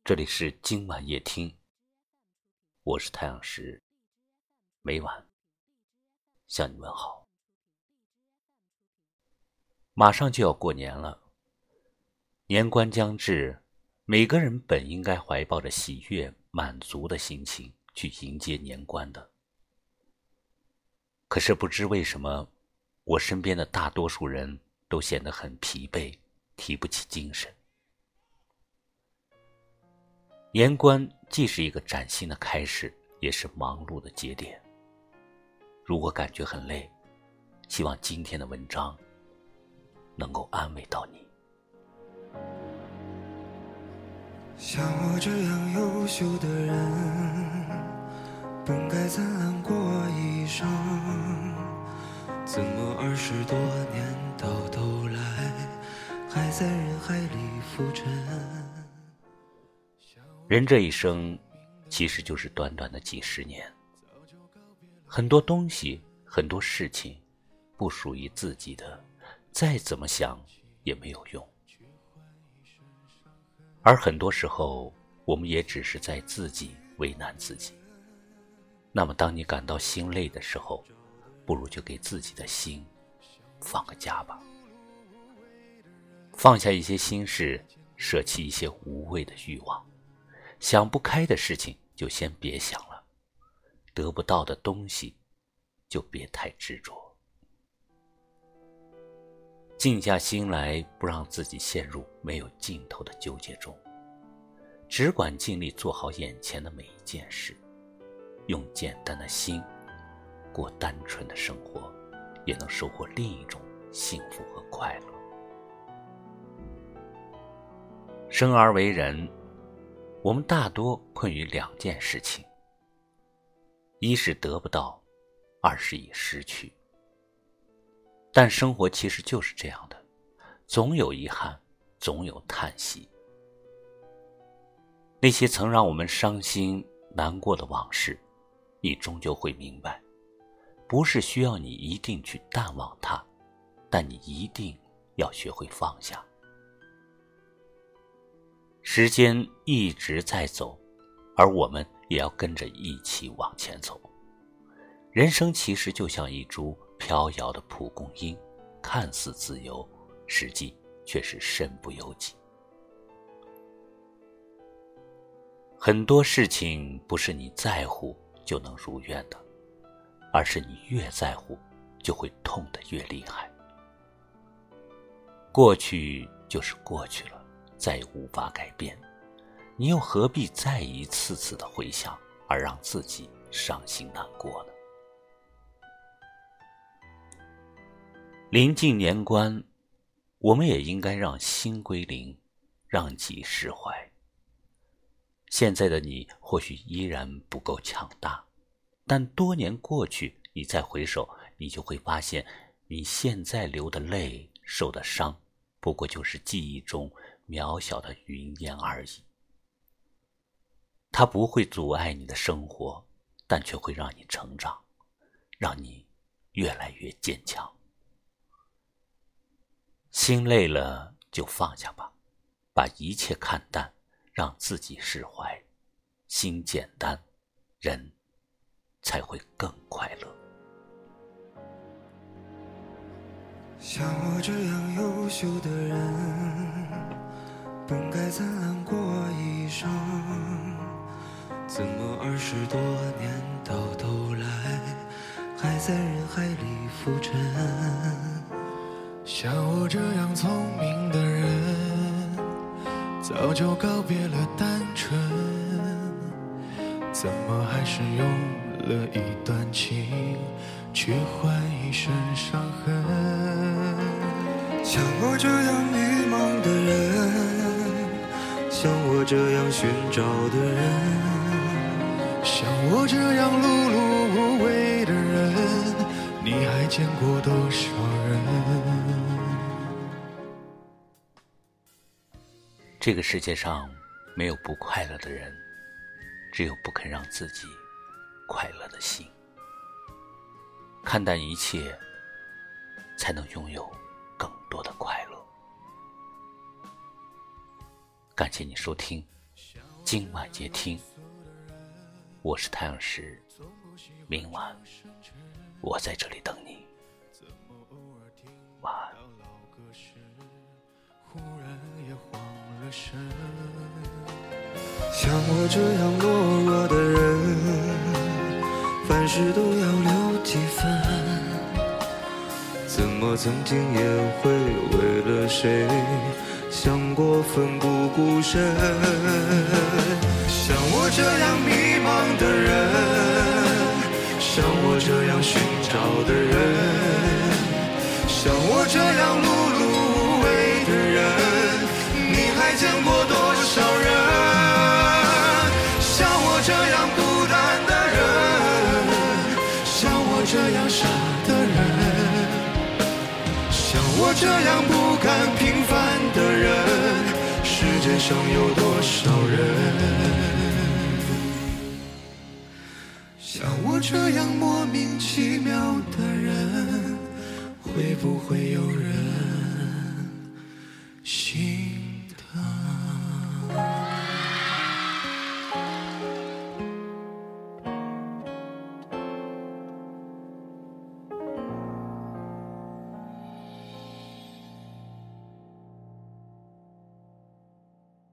这里是今晚夜听，我是太阳石，每晚向你问好。马上就要过年了，年关将至，每个人本应该怀抱着喜悦、满足的心情去迎接年关的。可是不知为什么，我身边的大多数人都显得很疲惫，提不起精神。年关既是一个崭新的开始，也是忙碌的节点。如果感觉很累，希望今天的文章能够安慰到你。 像我这样优秀的人，本该灿烂过一生，怎么20多年到头来，还在人海里浮沉。 人这一生其实就是短短的几十年，很多东西很多事情不属于自己的，再怎么想也没有用。而很多时候我们也只是在自己为难自己。那么当你感到心累的时候，不如就给自己的心放个假吧，放下一些心事，舍弃一些无谓的欲望。想不开的事情就先别想了，得不到的东西就别太执着。静下心来，不让自己陷入没有尽头的纠结中，只管尽力做好眼前的每一件事，用简单的心过单纯的生活，也能收获另一种幸福和快乐。生而为人，我们大多困于2件事情，一是得不到，二是已失去。但生活其实就是这样的，总有遗憾，总有叹息。那些曾让我们伤心难过的往事，你终究会明白，不是需要你一定去淡忘它，但你一定要学会放下。时间一直在走，而我们也要跟着一起往前走。人生其实就像一株飘摇的蒲公英，看似自由，实际却是身不由己。很多事情不是你在乎就能如愿的，而是你越在乎，就会痛得越厉害。过去就是过去了，再也无法改变，你又何必再一次次的回想，而让自己伤心难过呢？临近年关，我们也应该让心归零，让己释怀。现在的你或许依然不够强大，但多年过去，你再回首，你就会发现，你现在流的泪，受的伤，不过就是记忆中渺小的云烟而已。它不会阻碍你的生活，但却会让你成长，让你越来越坚强。心累了就放下吧，把一切看淡，让自己释怀，心简单，人才会更快乐。 像我这样优秀的人，本该灿烂过一生，怎么20多年到头来，还在人海里浮沉。像我这样聪明的人，早就告别了单纯，怎么还是用了一段情去换一身伤痕？像我这样迷茫的人，像我这样寻找的人，像我这样碌碌无为的人，你还见过多少人？ 这个世界上没有不快乐的人，只有不肯让自己快乐的心。看淡一切，才能拥有更多的快乐。感谢你收听， 今晚接听，我是太阳石，明晚我在这里等你，晚安。 忽然也慌了神，像我这样懦弱的人，凡事都要留几分，怎么曾经也会为了谁想过奋不顾身？像我这样迷茫的人，像我这样寻找的人，像我这样碌碌无为的人，你还见过多少人？像我这样孤单的人，像我这样傻的人，像我这样不甘平凡的人，世界上有多少人？像我这样莫名其